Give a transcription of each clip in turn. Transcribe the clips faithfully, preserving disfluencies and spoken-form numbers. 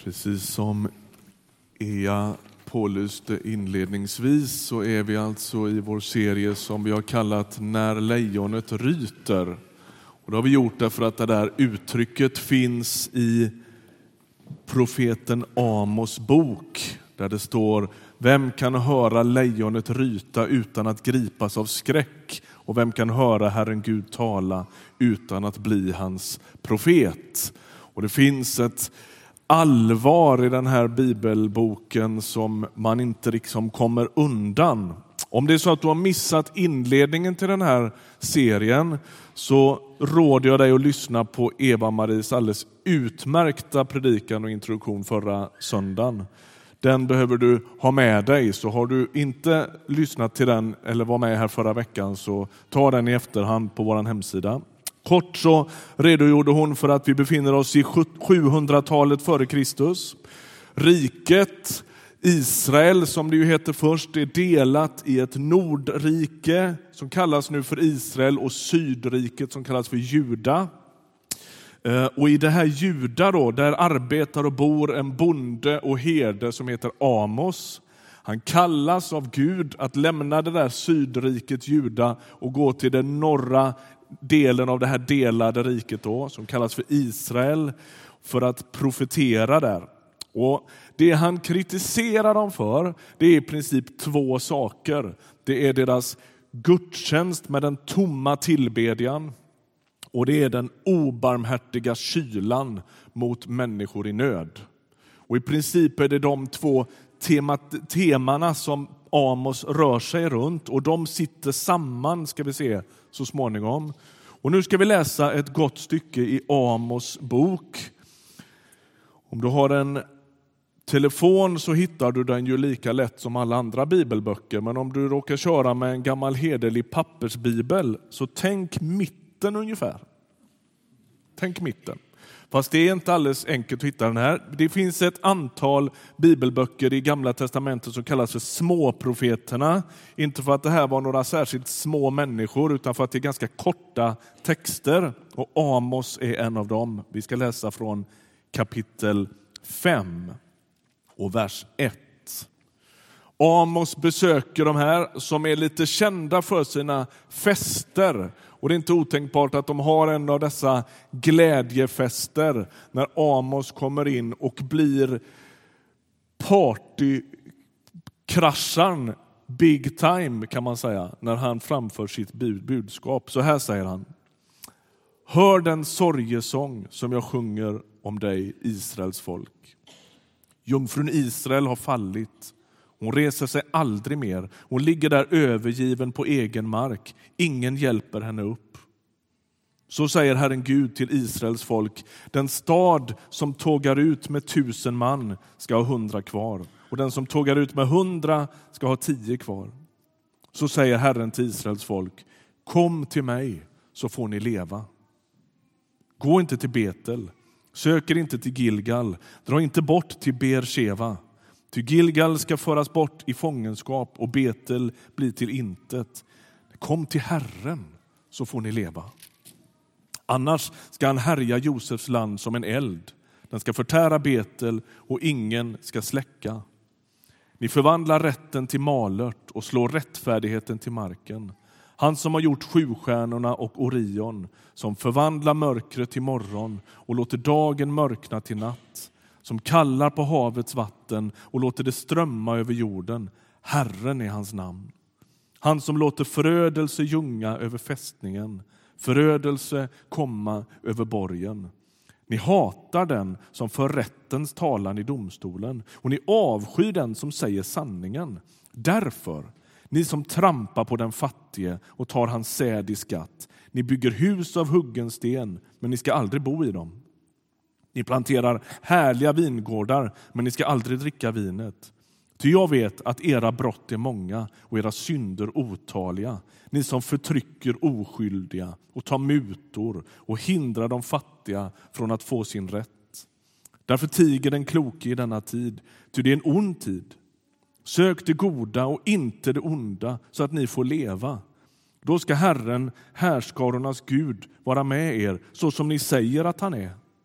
Precis som Ea pålyste inledningsvis så är vi alltså i vår serie som vi har kallat När lejonet ryter. Och det har vi gjort därför att det där uttrycket finns i profeten Amos bok där det står: vem kan höra lejonet ryta utan att gripas av skräck? Och vem kan höra Herren Gud tala utan att bli hans profet? Och det finns ett allvar i den här bibelboken som man inte liksom kommer undan. Om det är så att du har missat inledningen till den här serien så råder jag dig att lyssna på Eva-Maries alldeles utmärkta predikan och introduktion förra söndagen. Den behöver du ha med dig, så har du inte lyssnat till den eller var med här förra veckan så ta den i efterhand på vår hemsida. Kort så redogjorde hon för att vi befinner oss i sjuhundratalet före Kristus. Riket Israel, som det ju heter först, är delat i ett nordrike som kallas nu för Israel och sydriket som kallas för Juda. Och i det här Juda då, där arbetar och bor en bonde och herde som heter Amos. Han kallas av Gud att lämna det där sydriket Juda och gå till den norra delen av det här delade riket då, som kallas för Israel, för att profetera där. Och det han kritiserar dem för, det är i princip två saker. Det är deras gudstjänst med den tomma tillbedjan och det är den obarmhärtiga kylan mot människor i nöd. Och i princip är det de två temat, temana som Amos rör sig runt och de sitter samman, ska vi se så småningom. Och nu ska vi läsa ett gott stycke i Amos bok. Om du har en telefon så hittar du den ju lika lätt som alla andra bibelböcker. Men om du råkar köra med en gammal hederlig pappersbibel så tänk mitten ungefär. Tänk mitten. Fast det är inte alldeles enkelt att hitta den här. Det finns ett antal bibelböcker i Gamla testamentet som kallas för småprofeterna. Inte för att det här var några särskilt små människor utan för att det är ganska korta texter. Och Amos är en av dem. Vi ska läsa från kapitel fem och vers ett. Amos besöker de här som är lite kända för sina fester. Och det är inte otänkbart att de har en av dessa glädjefester när Amos kommer in och blir partykrascharen big time kan man säga när han framför sitt budskap. Så här säger han: hör den sorgesång som jag sjunger om dig, Israels folk. Jungfrun Israel har fallit. Hon reser sig aldrig mer. Hon ligger där övergiven på egen mark. Ingen hjälper henne upp. Så säger Herren Gud till Israels folk: den stad som tågar ut med tusen man ska ha hundra kvar. Och den som tågar ut med hundra ska ha tio kvar. Så säger Herren till Israels folk: kom till mig så får ni leva. Gå inte till Betel. Söker inte till Gilgal. Dra inte bort till Beersheva. Ty Gilgal ska föras bort i fångenskap och Betel blir till intet. Kom till Herren så får ni leva. Annars ska han härja Josefs land som en eld. Den ska förtära Betel och ingen ska släcka. Ni förvandlar rätten till malört och slår rättfärdigheten till marken. Han som har gjort sjustjärnorna och Orion, som förvandlar mörkret till morgon och låter dagen mörkna till natt. Som kallar på havets vatten och låter det strömma över jorden. Herren är hans namn. Han som låter förödelse junga över fästningen. Förödelse komma över borgen. Ni hatar den som för rättens talan i domstolen. Och ni avskyr den som säger sanningen. Därför, ni som trampar på den fattige och tar hans säd i skatt. Ni bygger hus av huggen sten, men ni ska aldrig bo i dem. Ni planterar härliga vingårdar, men ni ska aldrig dricka vinet. Ty jag vet att era brott är många och era synder otaliga. Ni som förtrycker oskyldiga och tar mutor och hindrar de fattiga från att få sin rätt. Därför tiger den kloke i denna tid, ty det är en ond tid. Sök det goda och inte det onda så att ni får leva. Då ska Herren, härskarornas Gud, vara med er så som ni säger att han är.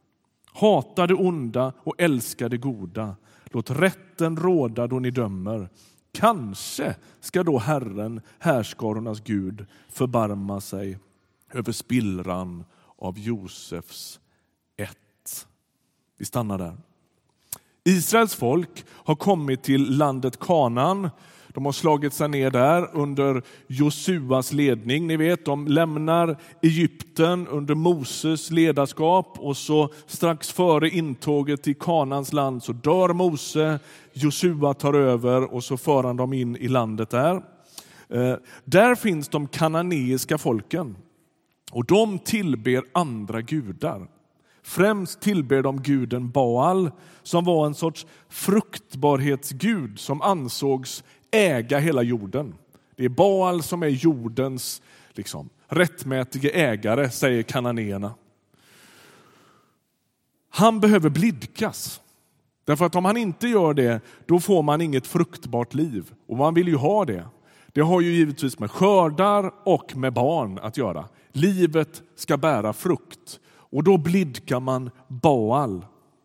Hata det onda och älska det goda. Låt rätten råda då ni dömer. Kanske ska då Herren, härskarornas Gud, förbarma sig över spillran av Josefs ett. Vi stannar där. Israels folk har kommit till landet Kanaan. De har slagit sig ner där under Josuas ledning. Ni vet, de lämnar Egypten under Moses ledarskap och så strax före intåget i Kanaans land så dör Mose. Josua tar över och så för han dem in i landet där. Eh, där finns de kananeiska folken och de tillber andra gudar. Främst tillber de guden Baal som var en sorts fruktbarhetsgud som ansågs äga hela jorden. Det är Baal som är jordens liksom, rättmätige ägare, säger kananéerna. Han behöver blidkas. Därför att om han inte gör det, då får man inget fruktbart liv. Och man vill ju ha det. Det har ju givetvis med skördar och med barn att göra. Livet ska bära frukt. Och då blidkar man Baal.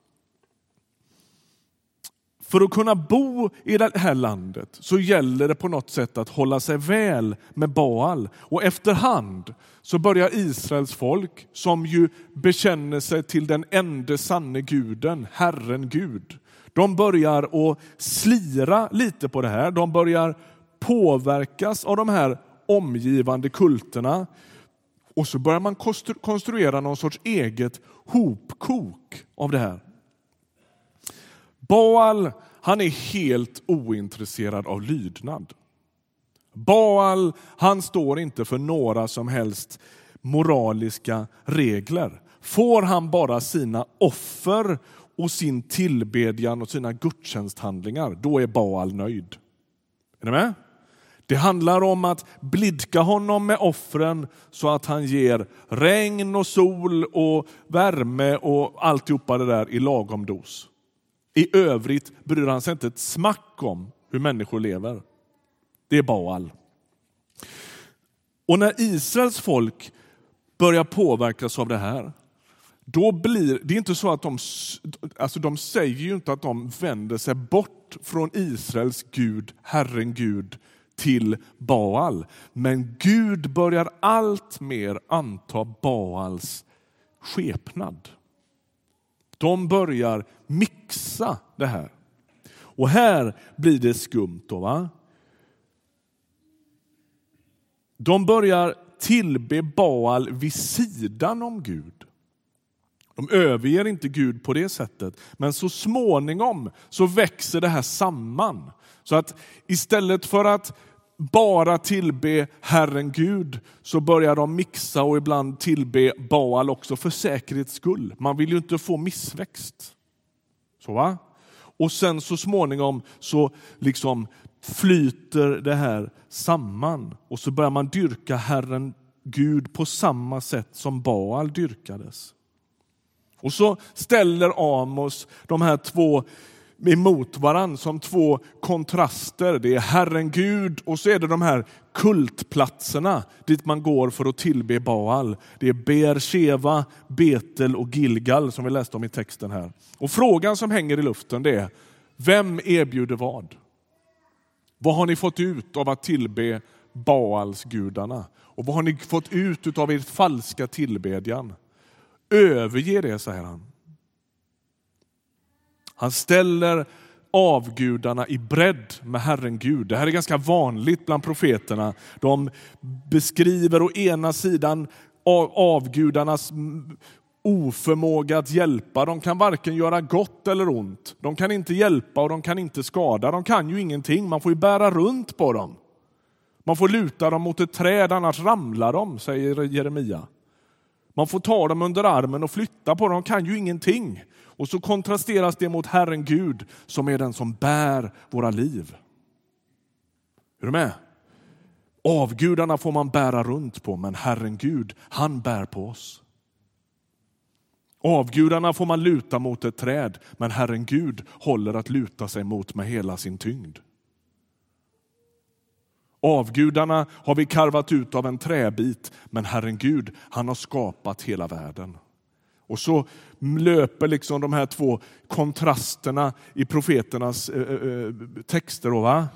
För att kunna bo i det här landet så gäller det på något sätt att hålla sig väl med Baal. Och efterhand så börjar Israels folk, som ju bekänner sig till den enda sanne guden, Herren Gud. De börjar att slira lite på det här. De börjar påverkas av de här omgivande kulterna. Och så börjar man konstruera någon sorts eget hopkok av det här. Baal, han är helt ointresserad av lydnad. Baal, han står inte för några som helst moraliska regler. Får han bara sina offer och sin tillbedjan och sina gudstjänsthandlingar, då är Baal nöjd. Är ni med? Det handlar om att blidka honom med offren så att han ger regn och sol och värme och alltihopa det där i lagom dos. I övrigt bryr han sig inte ett smack om hur människor lever. Det är Baal. Och när Israels folk börjar påverkas av det här, då blir det inte så att de, alltså de säger ju inte att de vänder sig bort från Israels Gud, Herren Gud, till Baal. Men Gud börjar allt mer anta Baals skepnad. De börjar mixa det här. Och här blir det skumt då, va? De börjar tillbe Baal vid sidan om Gud. De överger inte Gud på det sättet. Men så småningom så växer det här samman. Så att istället för att bara tillbe Herren Gud så börjar de mixa och ibland tillbe Baal också för säkerhets skull. Man vill ju inte få missväxt. Så va? Och sen så småningom så liksom flyter det här samman. Och så börjar man dyrka Herren Gud på samma sätt som Baal dyrkades. Och så ställer Amos de här två emot varann som två kontraster. Det är Herren Gud och så är det de här kultplatserna dit man går för att tillbe Baal. Det är Beersheva, Betel och Gilgal som vi läste om i texten här. Och frågan som hänger i luften det är: vem erbjuder vad? Vad har ni fått ut av att tillbe Baals gudarna? Och vad har ni fått ut av er falska tillbedjan? Överge det, säger han. Han ställer avgudarna i bredd med Herren Gud. Det här är ganska vanligt bland profeterna. De beskriver å ena sidan avgudarnas oförmåga att hjälpa. De kan varken göra gott eller ont. De kan inte hjälpa och de kan inte skada. De kan ju ingenting. Man får ju bära runt på dem. Man får luta dem mot ett träd, annars ramlar de, säger Jeremia. Man får ta dem under armen och flytta på dem. De kan ju ingenting. Och så kontrasteras det mot Herren Gud som är den som bär våra liv. Är du med? Avgudarna får man bära runt på, men Herren Gud, han bär på oss. Avgudarna får man luta mot ett träd, men Herren Gud håller att luta sig mot med hela sin tyngd. Avgudarna har vi karvat ut av en träbit, men Herren Gud, han har skapat hela världen. Och så löper liksom de här två kontrasterna i profeternas äh, äh, texter. Då, va?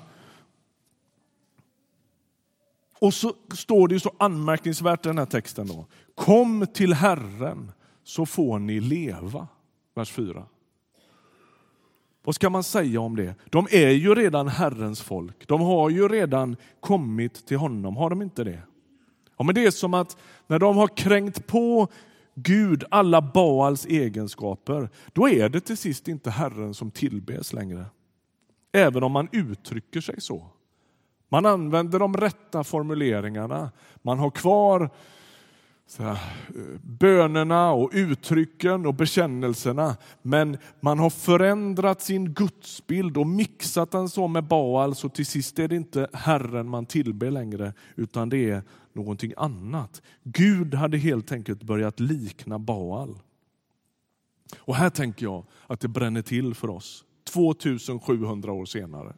Och så står det ju så anmärkningsvärt i den här texten. Då. Kom till Herren så får ni leva. Vers fyra. Vad ska man säga om det? De är ju redan Herrens folk. De har ju redan kommit till honom. Har de inte det? Ja, men det är som att när de har kränkt på Gud alla Baals egenskaper, då är det till sist inte Herren som tillbes längre. Även om man uttrycker sig så. Man använder de rätta formuleringarna. Man har kvar så här, bönerna och uttrycken och bekännelserna. Men man har förändrat sin gudsbild och mixat den så med Baal, så till sist är det inte Herren man tillber längre, utan det är någonting annat. Gud hade helt enkelt börjat likna Baal. Och här tänker jag att det bränner till för oss tvåtusensjuhundra år senare.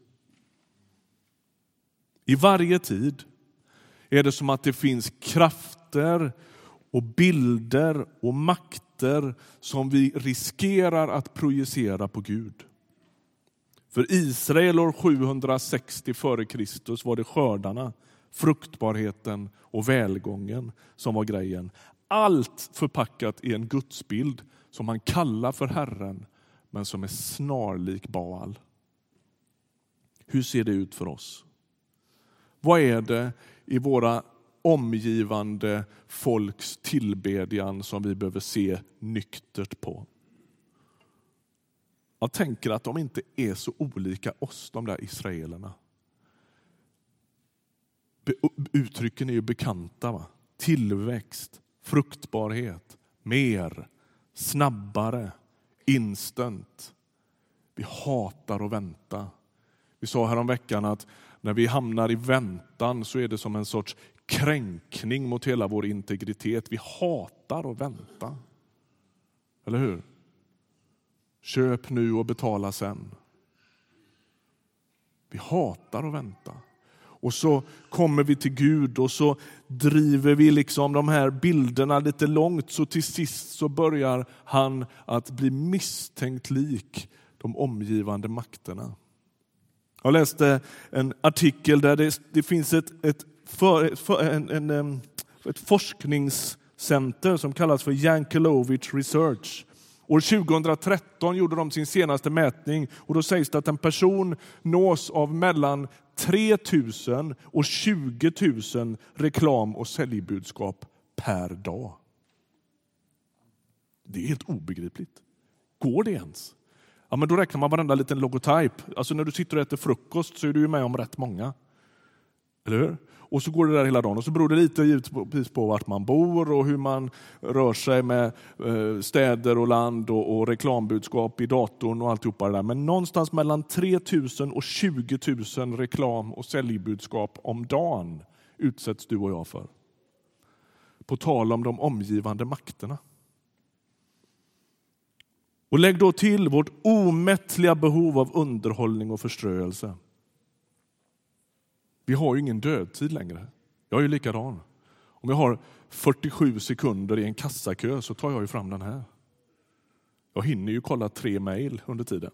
I varje tid är det som att det finns krafter och bilder och makter som vi riskerar att projicera på Gud. För Israel år sjuhundrasextio före Kristus var det skördarna, fruktbarheten och välgången som var grejen. Allt förpackat i en gudsbild som man kallar för Herren, men som är snarlik Baal. Hur ser det ut för oss? Vad är det i våra omgivande folks tillbedjan som vi behöver se nyktert på? Jag tänker att de inte är så olika oss, de där israelerna. Uttrycken är ju bekanta. Va? Tillväxt, fruktbarhet, mer, snabbare, instant. Vi hatar att vänta. Vi sa här om veckan att när vi hamnar i väntan så är det som en sorts kränkning mot hela vår integritet. Vi hatar att vänta. Eller hur? Köp nu och betala sen. Vi hatar att vänta. Och så kommer vi till Gud och så driver vi liksom de här bilderna lite långt, så till sist så börjar han att bli misstänkt lik de omgivande makterna. Jag läste en artikel där det, det finns ett, ett, för, för, en, en, ett forskningscenter som kallas för Yankelovich Research. År tjugohundratretton gjorde de sin senaste mätning och då sägs det att en person nås av mellan tre tusen och tjugo tusen reklam- och säljbudskap per dag. Det är helt obegripligt. Går det ens? Ja, men då räknar man varenda liten logotyp. Alltså när du sitter och äter frukost så är du ju med om rätt många. Eller hur? Och så går det där hela dagen. Och så beror det lite givetvis på vart man bor och hur man rör sig med städer och land och, och reklambudskap i datorn och alltihopa det där. Men någonstans mellan tre tusen och tjugo tusen reklam- och säljbudskap om dagen utsätts du och jag för. På tal om de omgivande makterna. Och lägg då till vårt omättliga behov av underhållning och förströelse. Vi har ju ingen dödtid längre. Jag är ju likadan. Om jag har fyrtiosju sekunder i en kassakö så tar jag ju fram den här. Jag hinner ju kolla tre mejl under tiden.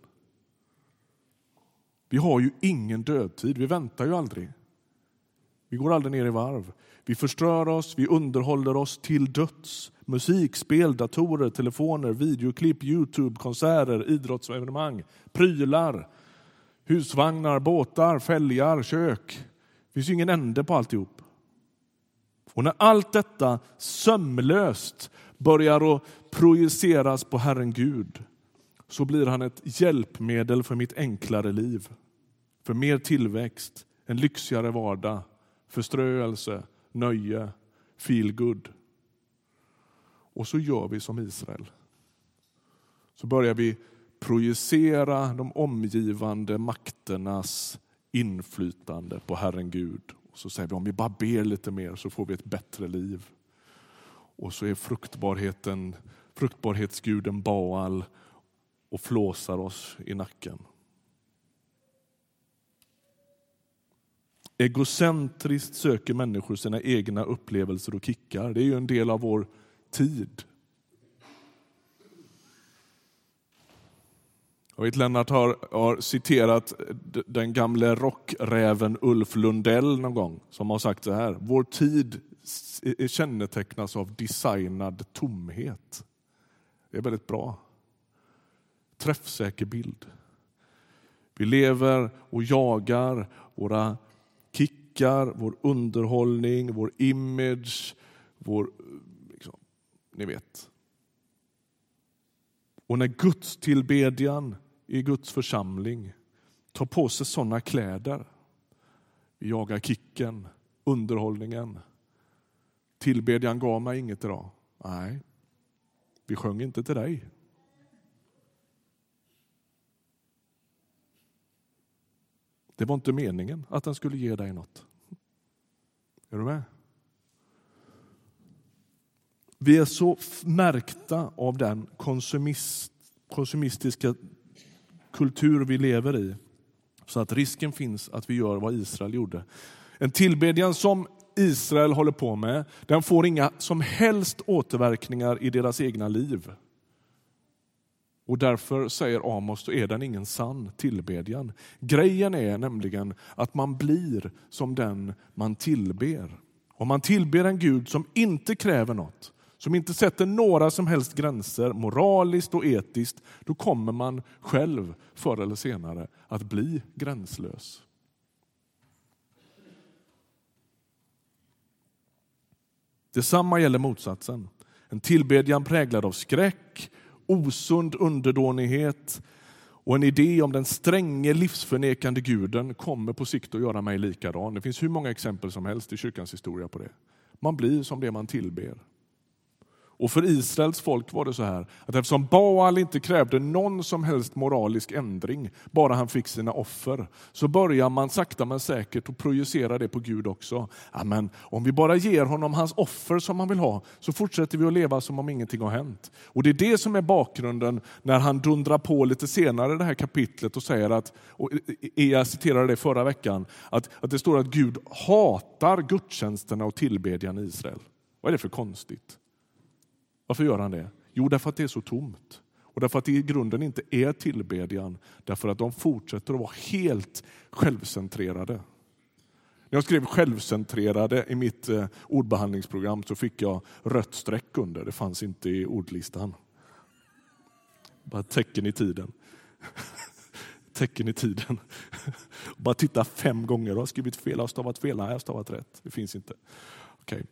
Vi har ju ingen dödtid. Vi väntar ju aldrig. Vi går aldrig ner i varv. Vi förstör oss, vi underhåller oss till döds. Musikspel, datorer, telefoner, videoklipp, YouTube, konserter, idrottsevenemang, prylar, husvagnar, båtar, fälgar, kök. Det finns ju ingen ände på alltihop. Och när allt detta sömlöst börjar att projiceras på Herren Gud så blir han ett hjälpmedel för mitt enklare liv. För mer tillväxt, en lyxigare vardag, förströelse, nöje, feel good. Och så gör vi som Israel. Så börjar vi projicera de omgivande makternas inflytande på Herren Gud. Och så säger vi om vi bara ber lite mer så får vi ett bättre liv. Och så är fruktbarheten, fruktbarhetsguden Baal och flåsar oss i nacken. Egocentriskt söker människor sina egna upplevelser och kickar. Det är ju en del av vår tid. Jag vet Lennart har, har citerat den gamle rockräven Ulf Lundell någon gång som har sagt så här: vår tid kännetecknas av designad tomhet. Det är väldigt bra. Träffsäker bild. Vi lever och jagar våra kickar, vår underhållning, vår image, vår, liksom, ni vet. Och när Guds tillbedjan i Guds församling tar på sig sådana kläder, vi jagar kicken, underhållningen, tillbedjan gav mig inget idag. Nej, vi sjöng inte till dig. Det var inte meningen att den skulle ge dig något. Är du med? Vi är så märkta av den konsumist, konsumistiska kultur vi lever i så att risken finns att vi gör vad Israel gjorde. En tillbedjan som Israel håller på med, den får inga som helst återverkningar i deras egna liv. Och därför säger Amos, så är den ingen sann tillbedjan. Grejen är nämligen att man blir som den man tillber. Om man tillber en Gud som inte kräver något, som inte sätter några som helst gränser moraliskt och etiskt, då kommer man själv förr eller senare att bli gränslös. Detsamma gäller motsatsen. En tillbedjan präglad av skräck, osund underdånighet och en idé om den stränge livsförnekande guden kommer på sikt att göra mig likadan. Det finns hur många exempel som helst i kyrkans historia på det. Man blir som det man tillber. Och för Israels folk var det så här att eftersom Baal inte krävde någon som helst moralisk ändring, bara han fick sina offer, så börjar man sakta men säkert att projicera det på Gud också. Amen. Om vi bara ger honom hans offer som han vill ha, så fortsätter vi att leva som om ingenting har hänt. Och det är det som är bakgrunden när han dundrar på lite senare i det här kapitlet och säger att, och jag citerade det förra veckan, att, att det står att Gud hatar gudstjänsterna och tillbedjan i Israel. Vad är det för konstigt? Varför gör han det? Jo, därför att det är så tomt. Och därför att det i grunden inte är tillbedjan. Därför att de fortsätter att vara helt självcentrerade. När jag skrev självcentrerade i mitt eh, ordbehandlingsprogram så fick jag rött streck under. Det fanns inte i ordlistan. Bara tecken i tiden. tecken i tiden. Bara titta fem gånger. Jag har skrivit fel, jag har stavat fel, nej, jag har stavat rätt. Det finns inte. Okej.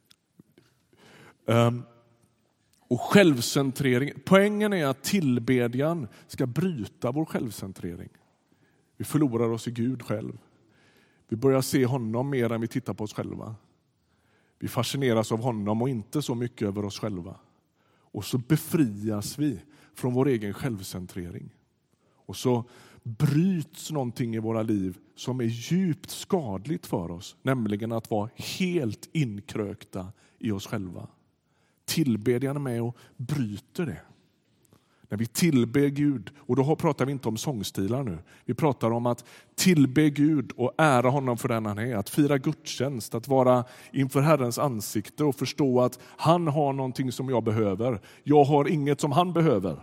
Okay. Um, Och självcentrering. Poängen är att tillbedjan ska bryta vår självcentrering. Vi förlorar oss i Gud själv. Vi börjar se honom mer än vi tittar på oss själva. Vi fascineras av honom och inte så mycket över oss själva. Och så befrias vi från vår egen självcentrering. Och så bryts någonting i våra liv som är djupt skadligt för oss. Nämligen att vara helt inkrökta i oss själva. Tillbedjan är med och bryter det. När vi tillber Gud, och då pratar vi inte om sångstilar nu. Vi pratar om att tillbe Gud och ära honom för den han är. Att fira gudstjänst, att vara inför Herrens ansikte och förstå att han har någonting som jag behöver. Jag har inget som han behöver.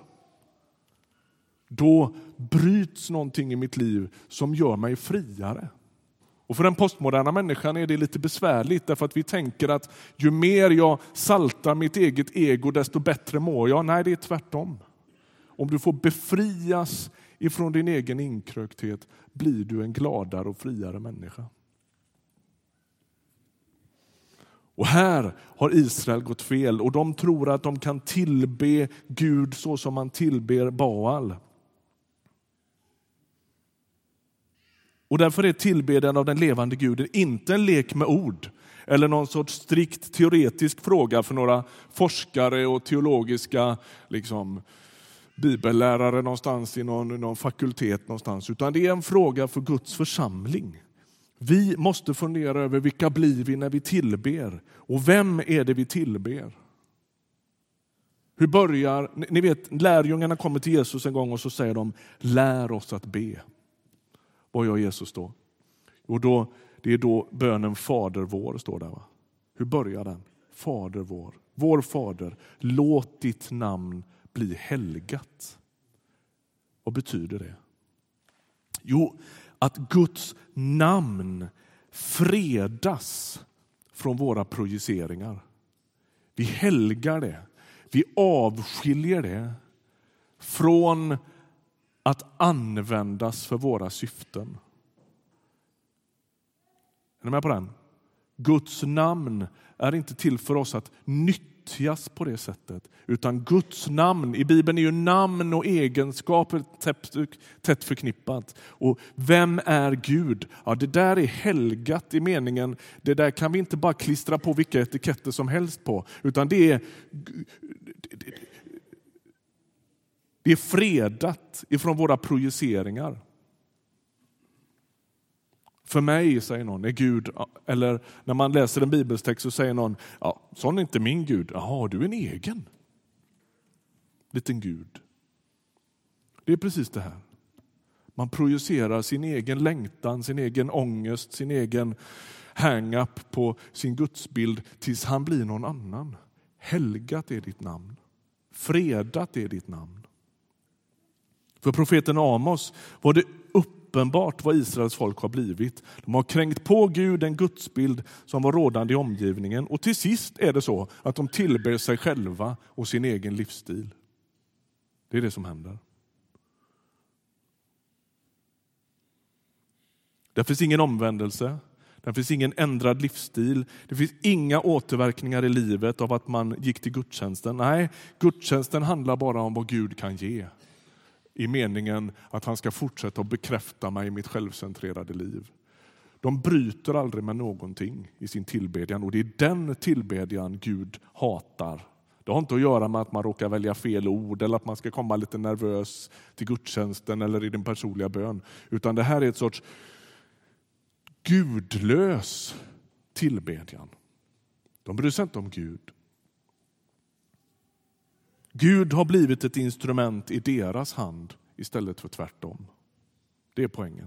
Då bryts någonting i mitt liv som gör mig friare. Och för den postmoderna människan är det lite besvärligt därför att vi tänker att ju mer jag saltar mitt eget ego desto bättre mår jag. Nej, det är tvärtom. Om du får befrias ifrån din egen inkrökthet blir du en gladare och friare människa. Och här har Israel gått fel och de tror att de kan tillbe Gud så som man tillber Baal. Och därför är tillbedjan av den levande guden inte en lek med ord eller någon sorts strikt teoretisk fråga för några forskare och teologiska liksom, bibellärare någonstans i någon, någon fakultet någonstans. Utan det är en fråga för Guds församling. Vi måste fundera över vilka blir vi när vi tillber och vem är det vi tillber? Hur börjar, ni vet, lärjungarna kommer till Jesus en gång och så säger de, lär oss att be. Vad gör Jesus då? Och då, det är då bönen Fader vår står där. Va? Hur börjar den? Fader vår. Vår Fader, låt ditt namn bli helgat. Vad betyder det? Jo, att Guds namn fredas från våra projiceringar. Vi helgar det. Vi avskiljer det från att användas för våra syften. Är ni med på den? Guds namn är inte till för oss att nyttjas på det sättet. Utan Guds namn, i Bibeln är ju namn och egenskaper tätt, tätt förknippat. Och vem är Gud? Ja, det där är helgat i meningen. Det där kan vi inte bara klistra på vilka etiketter som helst på. Utan det är, det är fredat ifrån våra projiceringar. För mig, säger någon, är Gud, eller när man läser en bibeltext så säger någon, ja, sån är inte min Gud. Jaha, du är en egen liten Gud. Det är precis det här. Man projicerar sin egen längtan, sin egen ångest, sin egen hang-up på sin gudsbild tills han blir någon annan. Helgat är ditt namn. Fredat är ditt namn. För profeten Amos var det uppenbart vad Israels folk har blivit. De har kränkt på Gud en gudsbild som var rådande i omgivningen. Och till sist är det så att de tillber sig själva och sin egen livsstil. Det är det som händer. Det finns ingen omvändelse. Det finns ingen ändrad livsstil. Det finns inga återverkningar i livet av att man gick till gudstjänsten. Nej, gudstjänsten handlar bara om vad Gud kan ge. I meningen att han ska fortsätta att bekräfta mig i mitt självcentrerade liv. De bryter aldrig med någonting i sin tillbedjan. Och det är den tillbedjan Gud hatar. Det har inte att göra med att man råkar välja fel ord. Eller att man ska komma lite nervös till gudstjänsten eller i din personliga bön. Utan det här är ett sorts gudlös tillbedjan. De bryr sig inte om Gud. Gud har blivit ett instrument i deras hand istället för tvärtom. Det är poängen.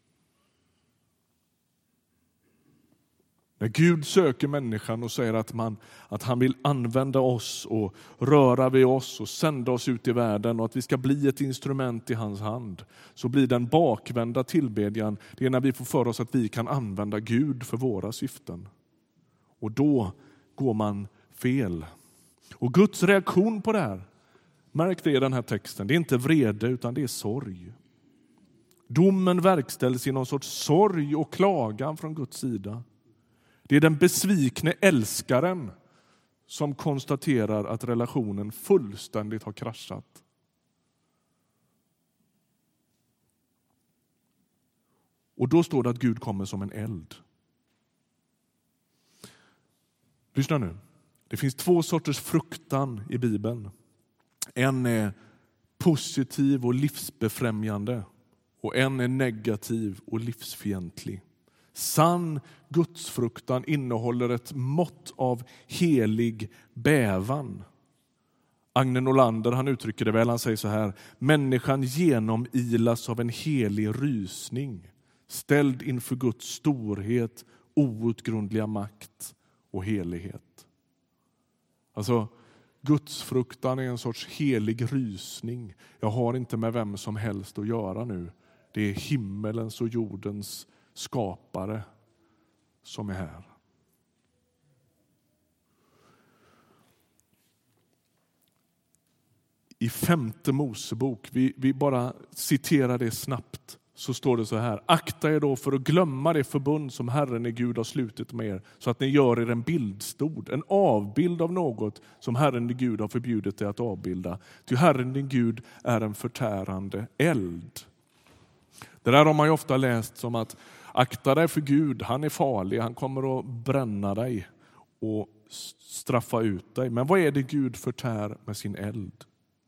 När Gud söker människan och säger att, man, att han vill använda oss och röra vid oss och sända oss ut i världen och att vi ska bli ett instrument i hans hand, så blir den bakvända tillbedjan, det är när vi får för oss att vi kan använda Gud för våra syften. Och då går man fel. Och Guds reaktion på det här, märk det i den här texten, det är inte vrede utan det är sorg. Domen verkställs i någon sorts sorg och klagan från Guds sida. Det är den besvikne älskaren som konstaterar att relationen fullständigt har kraschat. Och då står det att Gud kommer som en eld. Lyssna nu. Det finns två sorters fruktan i Bibeln. En är positiv och livsbefrämjande och en är negativ och livsfientlig. Sann gudsfruktan innehåller ett mått av helig bävan. Agne Norlander, han uttrycker det väl, han säger så här: människan genomilas av en helig rysning, ställd inför Guds storhet, outgrundliga makt och helighet. Alltså, gudsfruktan är en sorts helig rysning. Jag har inte med vem som helst att göra nu. Det är himmelens och jordens skapare som är här. I femte Mosebok, vi, vi bara citerar det snabbt, så står det så här: akta er då för att glömma det förbund som Herren är Gud har slutit med er, så att ni gör er en bildstod, en avbild av något som Herren din Gud har förbjudit er att avbilda. Ty Herren din Gud är en förtärande eld. Det där har man ju ofta läst som att akta dig för Gud, han är farlig, han kommer att bränna dig och straffa ut dig. Men vad är det Gud förtär med sin eld?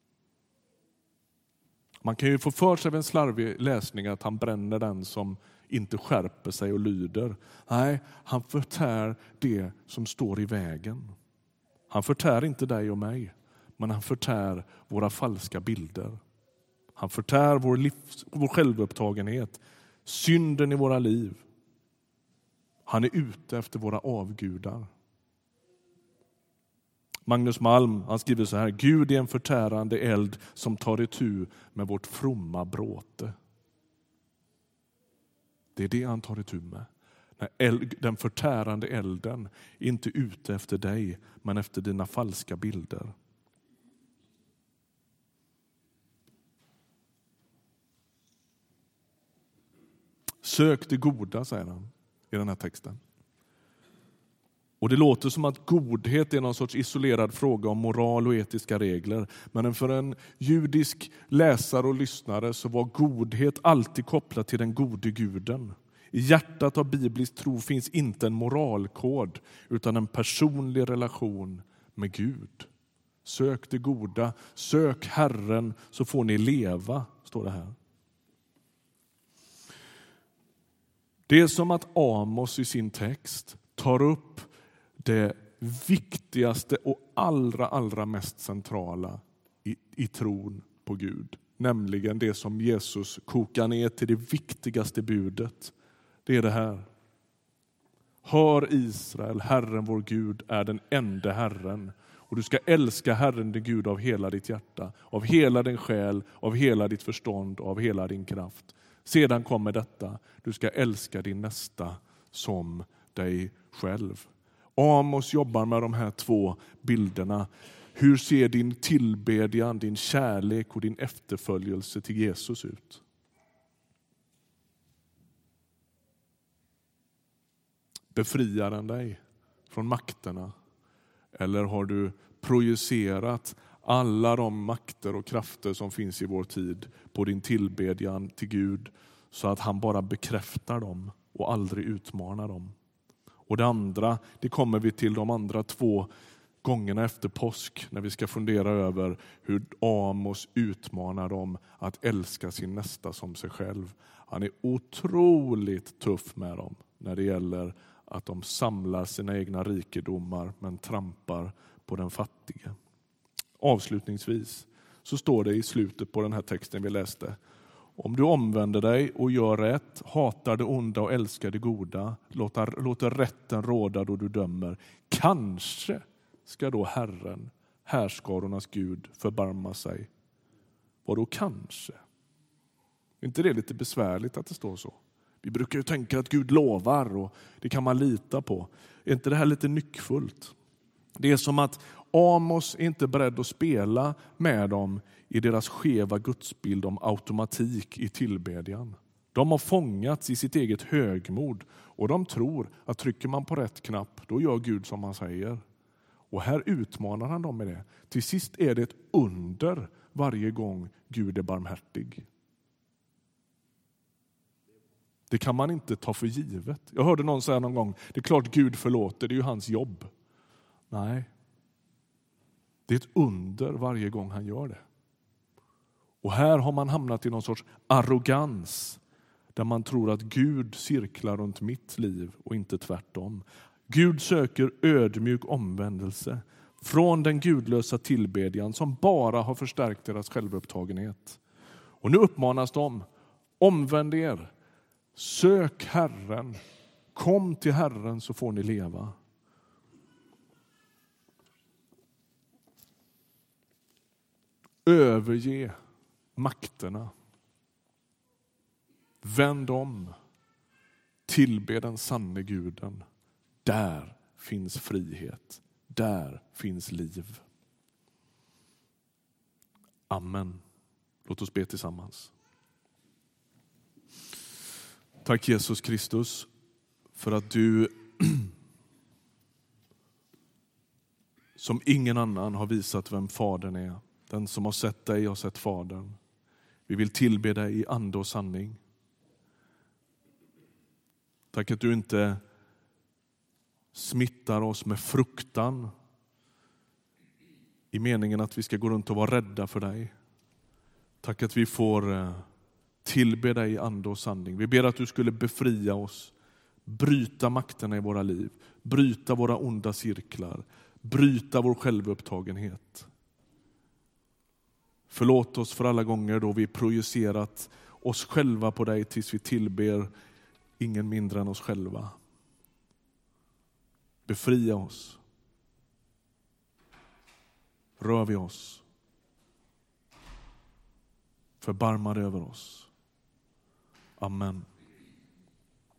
Man kan ju få för sig av en slarvig läsning att han bränner den som inte skärper sig och lyder. Nej, han förtär det som står i vägen. Han förtär inte dig och mig, men han förtär våra falska bilder. Han förtär vår, livs, vår självupptagenhet, synden i våra liv. Han är ute efter våra avgudar. Magnus Malm, han skriver så här: Gud är en förtärande eld som tar itu med vårt fromma bråte. Det är det han tar itu med. Den förtärande elden är inte ute efter dig, men efter dina falska bilder. Sök det goda, säger han i den här texten. Och det låter som att godhet är någon sorts isolerad fråga om moral och etiska regler. Men för en judisk läsare och lyssnare så var godhet alltid kopplad till den gode guden. I hjärtat av biblisk tro finns inte en moralkod utan en personlig relation med Gud. Sök det goda, sök Herren så får ni leva, står det här. Det är som att Amos i sin text tar upp det viktigaste och allra, allra mest centrala i, i tron på Gud. Nämligen det som Jesus kokar ner till det viktigaste budet. Det är det här. Hör Israel, Herren vår Gud är den enda Herren. Och du ska älska Herren din Gud av hela ditt hjärta, av hela din själ, av hela ditt förstånd och av hela din kraft. Sedan kommer detta, du ska älska din nästa som dig själv. Amos jobbar med de här två bilderna. Hur ser din tillbedjan, din kärlek och din efterföljelse till Jesus ut? Befriar den dig från makterna? Eller har du projicerat alla de makter och krafter som finns i vår tid på din tillbedjan till Gud så att han bara bekräftar dem och aldrig utmanar dem? Och det andra, det kommer vi till de andra två gångerna efter påsk när vi ska fundera över hur Amos utmanar dem att älska sin nästa som sig själv. Han är otroligt tuff med dem när det gäller att de samlar sina egna rikedomar men trampar på den fattige. Avslutningsvis så står det i slutet på den här texten vi läste: om du omvänder dig och gör rätt, hatar det onda och älskar det goda, låter, låter rätten råda då du dömer, kanske ska då Herren, härskarornas Gud, förbarma sig. Vadå kanske? Är inte det lite besvärligt att det står så? Vi brukar ju tänka att Gud lovar och det kan man lita på. Är inte det här lite nyckfullt? Det är som att Amos är inte beredd att spela med dem i deras skeva gudsbild om automatik i tillbedjan. De har fångats i sitt eget högmod och de tror att trycker man på rätt knapp då gör Gud som han säger. Och här utmanar han dem med det. Till sist är det ett under varje gång Gud är barmhärtig. Det kan man inte ta för givet. Jag hörde någon säga någon gång, det är klart Gud förlåter, det är ju hans jobb. Nej. Det är ett under varje gång han gör det. Och här har man hamnat i någon sorts arrogans där man tror att Gud cirklar runt mitt liv och inte tvärtom. Gud söker ödmjuk omvändelse från den gudlösa tillbedjan som bara har förstärkt deras självupptagenhet. Och nu uppmanas de, omvänd er, sök Herren, kom till Herren så får ni leva. Överge makterna. Vänd om. Tillbe den sanne guden. Där finns frihet. Där finns liv. Amen. Låt oss be tillsammans. Tack Jesus Kristus för att du som ingen annan har visat vem Fadern är. Den som har sett dig har sett Fadern. Vi vill tillbe dig i ande och sanning. Tack att du inte smittar oss med fruktan i meningen att vi ska gå runt och vara rädda för dig. Tack att vi får tillbe dig i ande och sanning. Vi ber att du skulle befria oss, bryta makterna i våra liv, bryta våra onda cirklar, bryta vår självupptagenhet. Förlåt oss för alla gånger då vi projicerat oss själva på dig tills vi tillber ingen mindre än oss själva. Befria oss. rör vid oss. Förbarma dig över oss. Amen.